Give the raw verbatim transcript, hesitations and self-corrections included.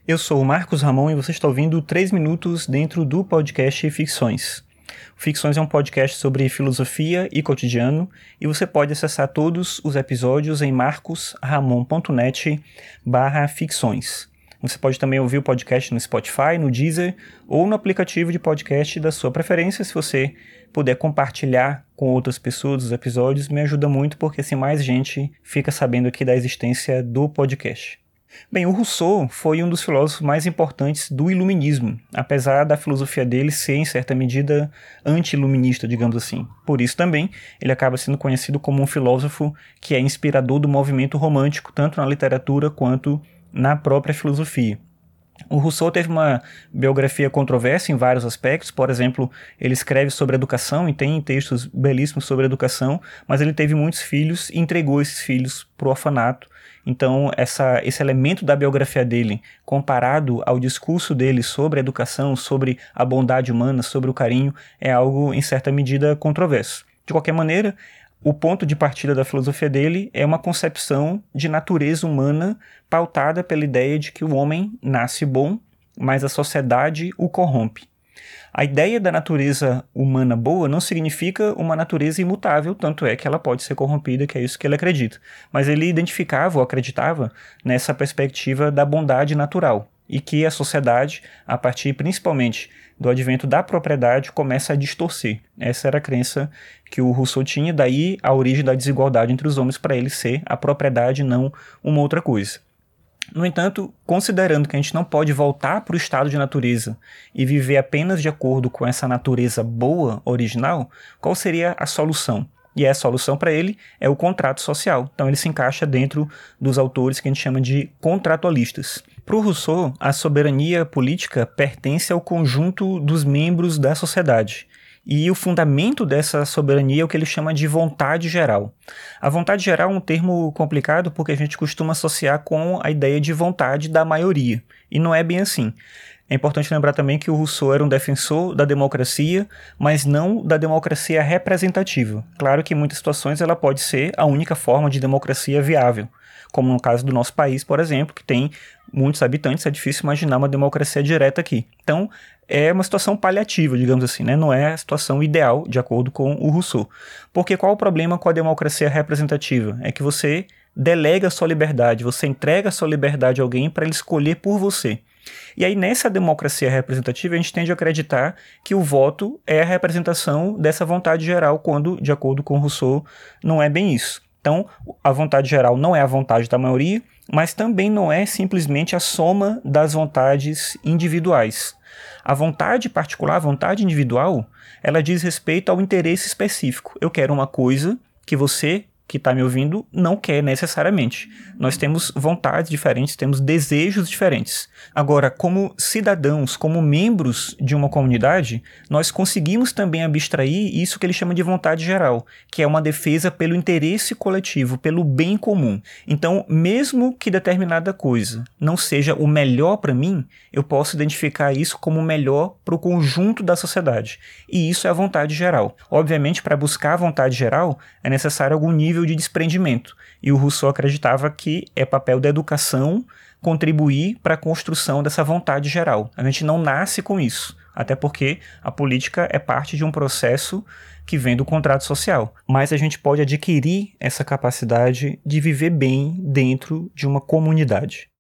Eu sou o Marcos Ramon e você está ouvindo três minutos dentro do podcast Ficções. O Ficções é um podcast sobre filosofia e cotidiano e você pode acessar todos os episódios em marcosramon.net barra ficções. Você pode também ouvir o podcast no Spotify, no Deezer ou no aplicativo de podcast da sua preferência. Se você puder compartilhar com outras pessoas os episódios, me ajuda muito porque assim mais gente fica sabendo aqui da existência do podcast. Bem, o Rousseau foi um dos filósofos mais importantes do iluminismo, apesar da filosofia dele ser, em certa medida, anti-iluminista, digamos assim. Por isso também, ele acaba sendo conhecido como um filósofo que é inspirador do movimento romântico, tanto na literatura quanto na própria filosofia. O Rousseau teve uma biografia controversa em vários aspectos. Por exemplo, ele escreve sobre educação e tem textos belíssimos sobre educação, mas ele teve muitos filhos e entregou esses filhos para o orfanato. Então, essa, esse elemento da biografia dele, comparado ao discurso dele sobre a educação, sobre a bondade humana, sobre o carinho, é algo, em certa medida, controverso. De qualquer maneira, o ponto de partida da filosofia dele é uma concepção de natureza humana pautada pela ideia de que o homem nasce bom, mas a sociedade o corrompe. A ideia da natureza humana boa não significa uma natureza imutável, tanto é que ela pode ser corrompida, que é isso que ele acredita. Mas ele identificava ou acreditava nessa perspectiva da bondade natural e que a sociedade, a partir principalmente do advento da propriedade, começa a distorcer. Essa era a crença que o Rousseau tinha, daí a origem da desigualdade entre os homens para ele ser a propriedade, não uma outra coisa. No entanto, considerando que a gente não pode voltar para o estado de natureza e viver apenas de acordo com essa natureza boa, original, qual seria a solução? E a solução para ele é o contrato social. Então ele se encaixa dentro dos autores que a gente chama de contratualistas. Para o Rousseau, a soberania política pertence ao conjunto dos membros da sociedade. E o fundamento dessa soberania é o que ele chama de vontade geral. A vontade geral é um termo complicado porque a gente costuma associar com a ideia de vontade da maioria. E não é bem assim. É importante lembrar também que o Rousseau era um defensor da democracia, mas não da democracia representativa. Claro que em muitas situações ela pode ser a única forma de democracia viável, como no caso do nosso país, por exemplo, que tem muitos habitantes, é difícil imaginar uma democracia direta aqui. Então, é uma situação paliativa, digamos assim, né? Não é a situação ideal, de acordo com o Rousseau. Porque qual o problema com a democracia representativa? É que você delega a sua liberdade, você entrega a sua liberdade a alguém para ele escolher por você. E aí, nessa democracia representativa, a gente tende a acreditar que o voto é a representação dessa vontade geral, quando, de acordo com Rousseau, não é bem isso. Então, a vontade geral não é a vontade da maioria, mas também não é simplesmente a soma das vontades individuais. A vontade particular, a vontade individual, ela diz respeito ao interesse específico. Eu quero uma coisa que você, que está me ouvindo, não quer necessariamente. Nós temos vontades diferentes, temos desejos diferentes. Agora, como cidadãos, como membros de uma comunidade, nós conseguimos também abstrair isso que ele chama de vontade geral, que é uma defesa pelo interesse coletivo, pelo bem comum. Então, mesmo que determinada coisa não seja o melhor para mim, eu posso identificar isso como o melhor para o conjunto da sociedade. E isso é a vontade geral. Obviamente, para buscar a vontade geral, é necessário algum nível de desprendimento. E o Rousseau acreditava que é papel da educação contribuir para a construção dessa vontade geral. A gente não nasce com isso, até porque a política é parte de um processo que vem do contrato social. Mas a gente pode adquirir essa capacidade de viver bem dentro de uma comunidade.